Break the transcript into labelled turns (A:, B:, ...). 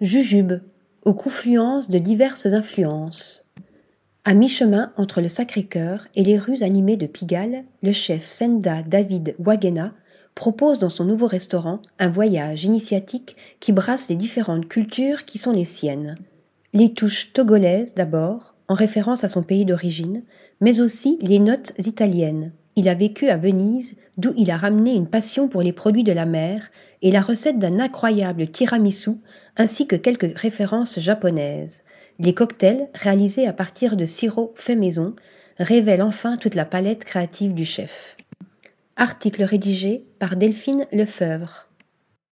A: Jujube, aux confluences de diverses influences. À mi-chemin entre le Sacré-Cœur et les rues animées de Pigalle, le chef Senda David Wagena propose dans son nouveau restaurant un voyage initiatique qui brasse les différentes cultures qui sont les siennes. Les touches togolaises d'abord, en référence à son pays d'origine, mais aussi les notes italiennes. Il a vécu à Venise, d'où il a ramené une passion pour les produits de la mer et la recette d'un incroyable tiramisu, ainsi que quelques références japonaises. Les cocktails, réalisés à partir de sirop fait maison, révèlent enfin toute la palette créative du chef. Article rédigé par Delphine Lefebvre.